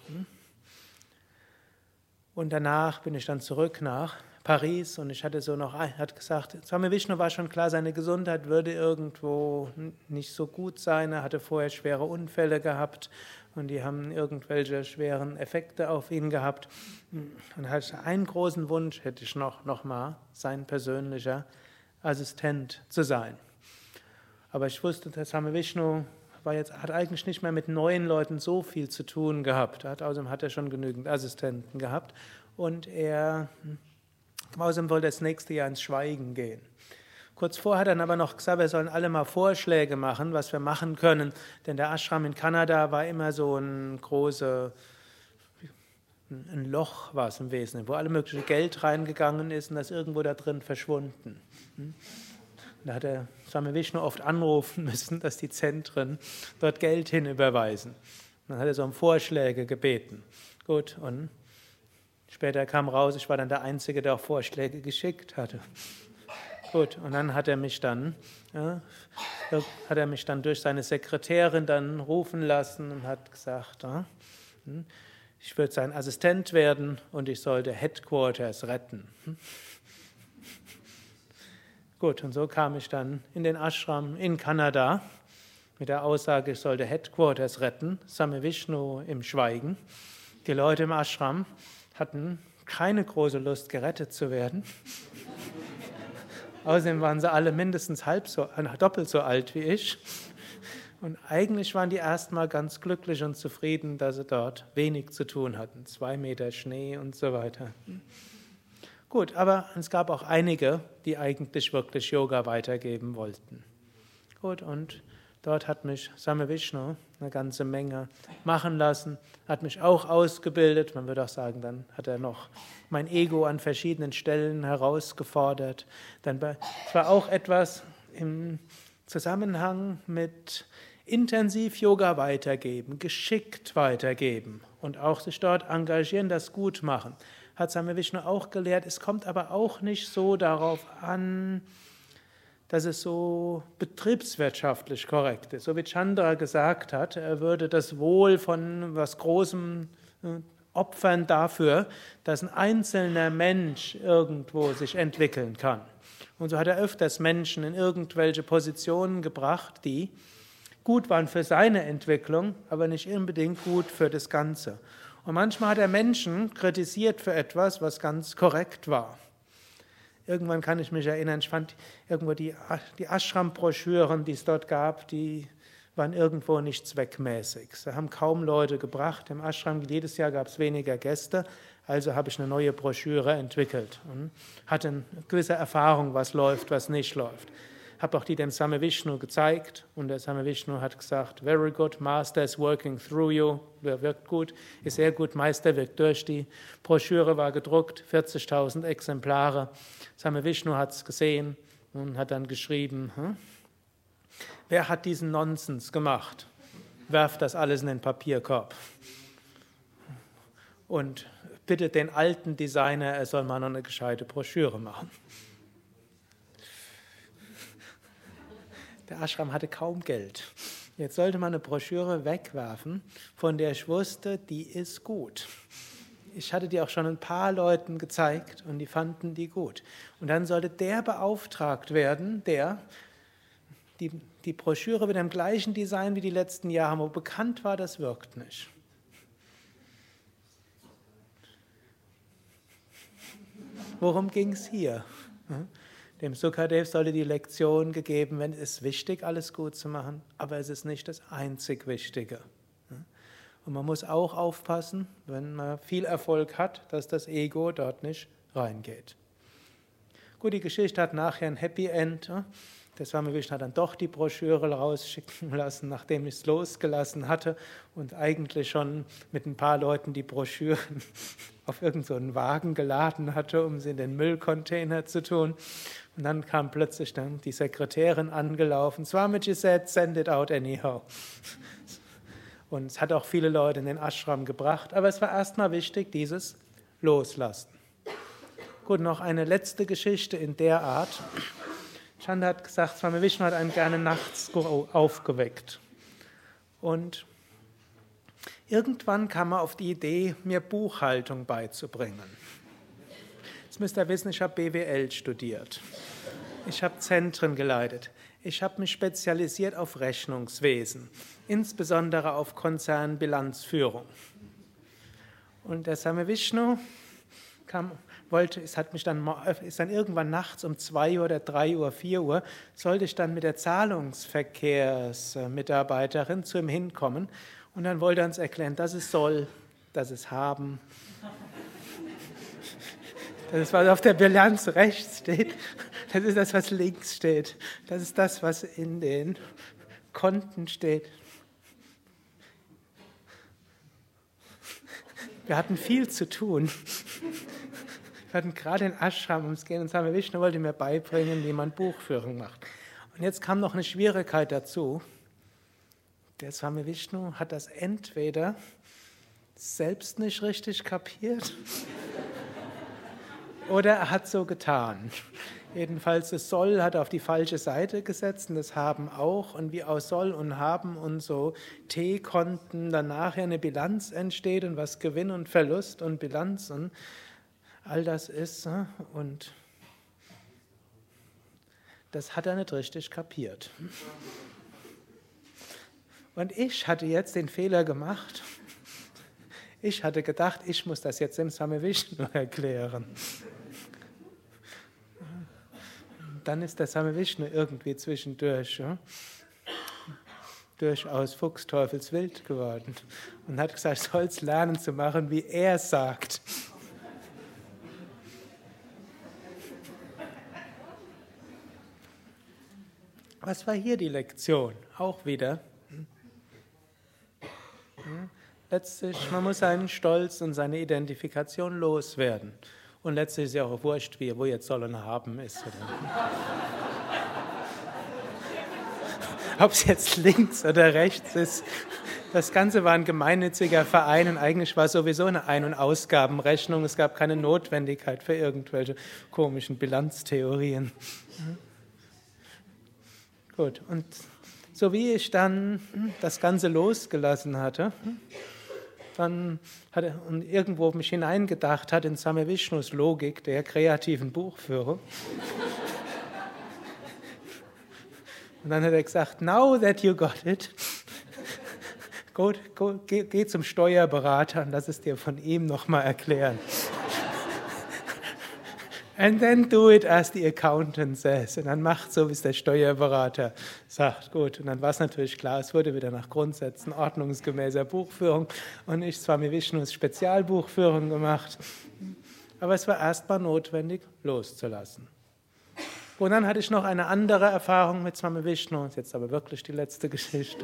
Und danach bin ich dann zurück nach Paris und ich hatte so noch, hat gesagt, Swami Vishnu war schon klar, seine Gesundheit würde irgendwo nicht so gut sein. Er hatte vorher schwere Unfälle gehabt und die haben irgendwelche schweren Effekte auf ihn gehabt. Und hatte einen großen Wunsch, hätte ich noch, noch mal sein persönlicher Assistent zu sein. Aber ich wusste, dass Swami Vishnu war jetzt, hat eigentlich nicht mehr mit neuen Leuten so viel zu tun gehabt. Hat, außerdem hat er schon genügend Assistenten gehabt und er Außerdem wollte er das nächste Jahr ins Schweigen gehen. Kurz vorher hat er dann aber noch gesagt, wir sollen alle mal Vorschläge machen, was wir machen können. Denn der Ashram in Kanada war immer so ein großes, ein Loch war es im Wesentlichen, wo alle mögliche Geld reingegangen ist und das ist irgendwo da drin verschwunden. Da hat der Swami Vishnu oft anrufen müssen, dass die Zentren dort Geld hinüberweisen. Dann hat er so um Vorschläge gebeten. Gut, und später kam raus, ich war dann der Einzige, der auch Vorschläge geschickt hatte. Gut, und dann hat er mich dann, ja, hat er mich dann durch seine Sekretärin dann rufen lassen und hat gesagt, ja, ich würde sein Assistent werden und ich sollte Headquarters retten. Gut, und so kam ich dann in den Ashram in Kanada mit der Aussage, ich sollte Headquarters retten, Swami Vishnu im Schweigen. Die Leute im Ashram hatten keine große Lust, gerettet zu werden. Außerdem waren sie alle mindestens halb so, doppelt so alt wie ich. Und eigentlich waren die erstmal ganz glücklich und zufrieden, dass sie dort wenig zu tun hatten. Zwei Meter Schnee und so weiter. Gut, aber es gab auch einige, die eigentlich wirklich Yoga weitergeben wollten. Gut, und dort hat mich Swami Vishnu eine ganze Menge machen lassen, hat mich auch ausgebildet. Man würde auch sagen, dann hat er noch mein Ego an verschiedenen Stellen herausgefordert. Dann war auch etwas im Zusammenhang mit intensiv Yoga weitergeben, geschickt weitergeben und auch sich dort engagieren, das gut machen. Hat Swami Vishnu auch gelehrt. Es kommt aber auch nicht so darauf an, dass es so betriebswirtschaftlich korrekt ist. So wie Chandra gesagt hat, er würde das Wohl von was Großem opfern dafür, dass ein einzelner Mensch irgendwo sich entwickeln kann. Und so hat er öfters Menschen in irgendwelche Positionen gebracht, die gut waren für seine Entwicklung, aber nicht unbedingt gut für das Ganze. Und manchmal hat er Menschen kritisiert für etwas, was ganz korrekt war. Irgendwann kann ich mich erinnern, ich fand irgendwo die, die Ashram-Broschüren, die es dort gab, die waren irgendwo nicht zweckmäßig. Sie haben kaum Leute gebracht. Im Ashram jedes Jahr gab es weniger Gäste, also habe ich eine neue Broschüre entwickelt und hatte eine gewisse Erfahrung, was läuft, was nicht läuft. habe auch die dem Swami Vishnu gezeigt und der Swami Vishnu hat gesagt, very good, Master is working through you, wirkt gut, ist sehr gut, Meister wirkt durch. Die Broschüre war gedruckt, vierzigtausend Exemplare. Swami Vishnu hat es gesehen und hat dann geschrieben, hm? Wer hat diesen Nonsens gemacht? Werft das alles in den Papierkorb. Und bittet den alten Designer, er soll mal noch eine gescheite Broschüre machen. Der Ashram hatte kaum Geld. Jetzt sollte man eine Broschüre wegwerfen, von der ich wusste, die ist gut. Ich hatte die auch schon ein paar Leuten gezeigt und die fanden die gut. Und dann sollte der beauftragt werden, der die, die Broschüre mit dem gleichen Design wie die letzten Jahre, wo bekannt war, das wirkt nicht. Worum ging es hier? Dem Sukadev sollte die Lektion gegeben werden, es ist wichtig, alles gut zu machen, aber es ist nicht das einzig Wichtige. Und man muss auch aufpassen, wenn man viel Erfolg hat, dass das Ego dort nicht reingeht. Gut, die Geschichte hat nachher ein Happy End. Der Swami Vishnu hat dann doch die Broschüre rausschicken lassen, nachdem ich es losgelassen hatte und eigentlich schon mit ein paar Leuten die Broschüren auf irgendeinen so Wagen geladen hatte, um sie in den Müllcontainer zu tun. Und dann kam plötzlich dann die Sekretärin angelaufen. Swamiji said, send it out anyhow. Und es hat auch viele Leute in den Ashram gebracht, aber es war erstmal wichtig, dieses Loslassen. Gut, noch eine letzte Geschichte in der Art. Chanda hat gesagt, Swami Vishnu hat einen gerne nachts aufgeweckt. Und irgendwann kam er auf die Idee, mir Buchhaltung beizubringen. Jetzt müsst ihr wissen, ich habe B W L studiert. Ich habe Zentren geleitet. Ich habe mich spezialisiert auf Rechnungswesen, insbesondere auf Konzernbilanzführung. Und der Swami Vishnu kam, wollte, es hat mich dann, ist dann irgendwann nachts um zwei Uhr oder drei Uhr, vier Uhr, sollte ich dann mit der Zahlungsverkehrsmitarbeiterin zu ihm hinkommen. Und dann wollte er uns erklären, das ist soll, das ist haben. Das ist, was auf der Bilanz rechts steht. Das ist das, was links steht. Das ist das, was in den Konten steht. Wir hatten viel zu tun. Wir hatten gerade in Ashram ums Gehen und Swami Vishnu wollte mir beibringen, wie man Buchführung macht. Und jetzt kam noch eine Schwierigkeit dazu. Der Swami Vishnu hat das entweder selbst nicht richtig kapiert oder er hat so getan. Jedenfalls das Soll hat er auf die falsche Seite gesetzt und das Haben auch. Und wie aus Soll und Haben und so T-Konten dann nachher eine Bilanz entsteht und was Gewinn und Verlust und Bilanz und all das ist. Und das hat er nicht richtig kapiert. Und ich hatte jetzt den Fehler gemacht. Ich hatte gedacht, ich muss das jetzt dem Swami Vishnu erklären. Dann ist der Swami Vishnu irgendwie zwischendurch ja, durchaus fuchsteufelswild geworden und hat gesagt, ich soll es lernen zu machen, wie er sagt. Was war hier die Lektion? Auch wieder. Letztlich, man muss seinen Stolz und seine Identifikation loswerden. Und letztlich ist ja auch wurscht, wie, wo jetzt soll und haben ist. Ob es jetzt links oder rechts ist. Das Ganze war ein gemeinnütziger Verein und eigentlich war es sowieso eine Ein- und Ausgabenrechnung. Es gab keine Notwendigkeit für irgendwelche komischen Bilanztheorien. Gut, und so wie ich dann das Ganze losgelassen hatte, dann hat er und irgendwo mich hineingedacht hat in Swami Vishnus Logik der kreativen Buchführung. Und dann hat er gesagt, now that you got it, go, go, geh, geh zum Steuerberater und lass es dir von ihm nochmal erklären. And then do it as the accountant says. Und dann macht so, wie es der Steuerberater sagt. Gut, und dann war es natürlich klar, es wurde wieder nach Grundsätzen ordnungsgemäßer Buchführung und nicht Swami Vishnus Spezialbuchführung gemacht. Aber es war erstmal notwendig, loszulassen. Und dann hatte ich noch eine andere Erfahrung mit Swami Vishnu, das ist jetzt aber wirklich die letzte Geschichte.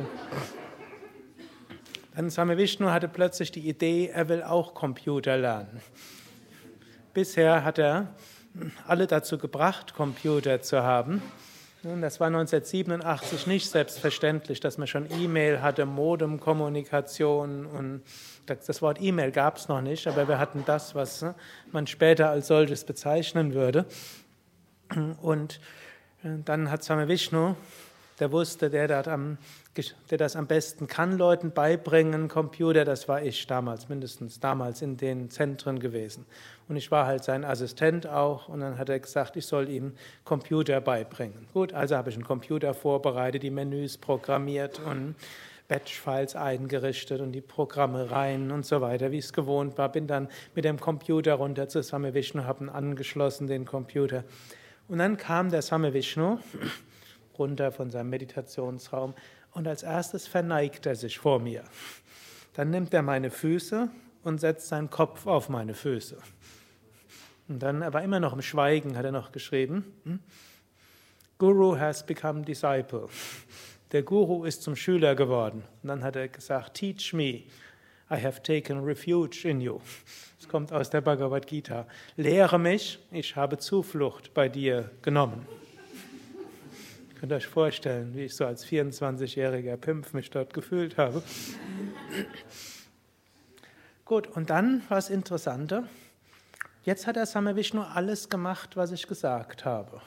Dann Swami Vishnu hatte plötzlich die Idee, er will auch Computer lernen. Bisher hat er alle dazu gebracht, Computer zu haben. Und das war neunzehnhundertsiebenundachtzig nicht selbstverständlich, dass man schon E-Mail hatte, Modemkommunikation und das Wort E-Mail gab es noch nicht, aber wir hatten das, was man später als solches bezeichnen würde. Und dann hat Swami Vishnu, der wusste, der, das am, der das am besten kann, Leuten beibringen, Computer, das war ich damals, mindestens damals in den Zentren gewesen. Und ich war halt sein Assistent auch und dann hat er gesagt, ich soll ihm Computer beibringen. Gut, also habe ich einen Computer vorbereitet, die Menüs programmiert und Batch-Files eingerichtet und die Programme rein und so weiter, wie ich es gewohnt war. Bin dann mit dem Computer runter zu Swami Vishnu, habe ihn angeschlossen, den Computer. Und dann kam der Swami Vishnu runter von seinem Meditationsraum und als erstes verneigt er sich vor mir. Dann nimmt er meine Füße und setzt seinen Kopf auf meine Füße. Und dann, er war immer noch im Schweigen, hat er noch geschrieben, Guru has become disciple. Der Guru ist zum Schüler geworden. Und dann hat er gesagt, teach me, I have taken refuge in you. Das kommt aus der Bhagavad Gita. Lehre mich, ich habe Zuflucht bei dir genommen. Ihr könnt euch vorstellen, wie ich so als vierundzwanzigjähriger Pimp mich dort gefühlt habe. Gut, und dann war es interessanter. Jetzt hat der Swami Vishnu alles gemacht, was ich gesagt habe.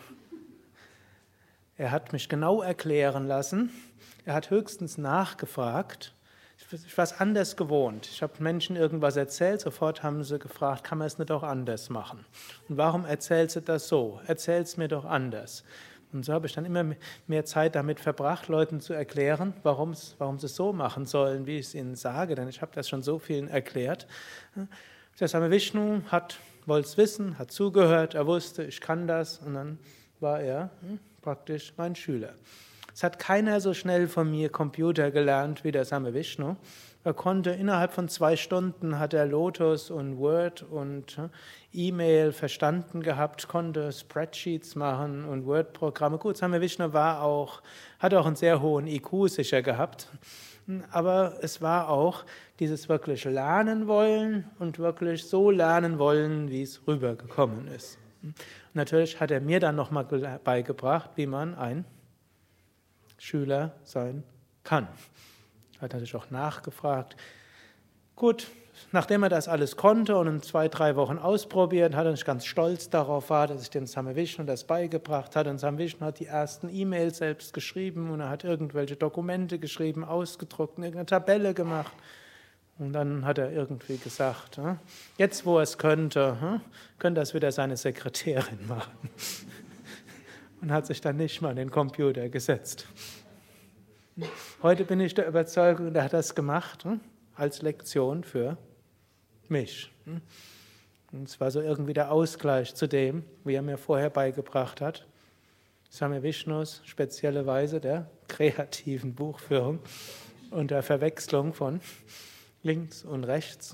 Er hat mich genau erklären lassen. Er hat höchstens nachgefragt. Ich war es anders gewohnt. Ich habe Menschen irgendwas erzählt, sofort haben sie gefragt, kann man es nicht auch anders machen? Und warum erzählst du das so? Erzähl es mir doch anders. Und so habe ich dann immer mehr Zeit damit verbracht, Leuten zu erklären, warum sie es so machen sollen, wie ich es ihnen sage, denn ich habe das schon so vielen erklärt. Der Swami Vishnu hat, wollte es wissen, hat zugehört, er wusste, ich kann das und dann war er hm, praktisch mein Schüler. Es hat keiner so schnell von mir Computer gelernt wie der Swami Vishnu. Er konnte innerhalb von zwei Stunden, hat er Lotus und Word und E-Mail verstanden gehabt, konnte Spreadsheets machen und Word-Programme. Gut, Swami Vishnu war auch, hat auch einen sehr hohen I Q sicher gehabt. Aber es war auch dieses wirklich lernen wollen und wirklich so lernen wollen, wie es rübergekommen ist. Und natürlich hat er mir dann nochmal beigebracht, wie man ein Schüler sein kann. Er hat natürlich auch nachgefragt. Gut, nachdem er das alles konnte und in zwei, drei Wochen ausprobiert, hat er nicht ganz stolz darauf war, dass ich dem Swami Vishnu das beigebracht hat. Und Swami Vishnu hat die ersten E-Mails selbst geschrieben und er hat irgendwelche Dokumente geschrieben, ausgedruckt, irgendeine Tabelle gemacht. Und dann hat er irgendwie gesagt, jetzt wo er es könnte, könnte das wieder seine Sekretärin machen. Und hat sich dann nicht mal an den Computer gesetzt. Heute bin ich der Überzeugung, er hat das gemacht als Lektion für mich. Und es war so irgendwie der Ausgleich zu dem, wie er mir vorher beigebracht hat. Swami Vishnus spezielle Weise der kreativen Buchführung und der Verwechslung von links und rechts.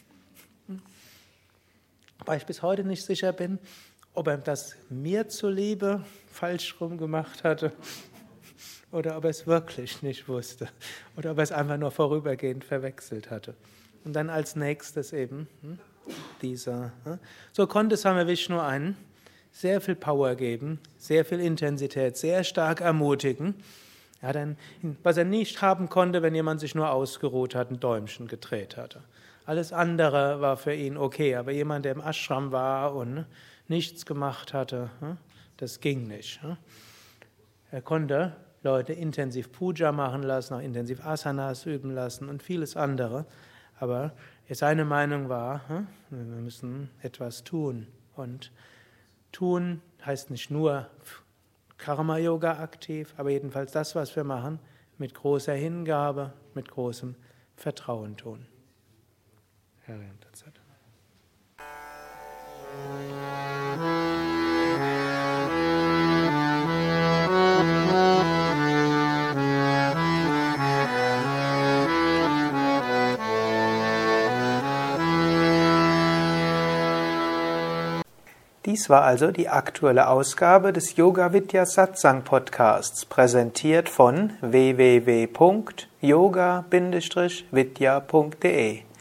Weil ich bis heute nicht sicher bin, ob er das mir zuliebe falsch rum gemacht hatte oder ob er es wirklich nicht wusste oder ob er es einfach nur vorübergehend verwechselt hatte. Und dann als nächstes eben hm, dieser. Hm. So konnte Swami Vishnu einen sehr viel Power geben, sehr viel Intensität, sehr stark ermutigen. Er hat ein, was er nicht haben konnte, wenn jemand sich nur ausgeruht hat, ein Däumchen gedreht hatte. Alles andere war für ihn okay, aber jemand, der im Ashram war und nichts gemacht hatte, das ging nicht. Er konnte Leute intensiv Puja machen lassen, auch intensiv Asanas üben lassen und vieles andere. Aber seine Meinung war, wir müssen etwas tun. Und tun heißt nicht nur Karma-Yoga aktiv, aber jedenfalls das, was wir machen, mit großer Hingabe, mit großem Vertrauen tun. Herr Renterzeit. Dies war also die aktuelle Ausgabe des Yoga Vidya Satsang Podcasts, präsentiert von w w w punkt yoga Bindestrich vidya punkt de.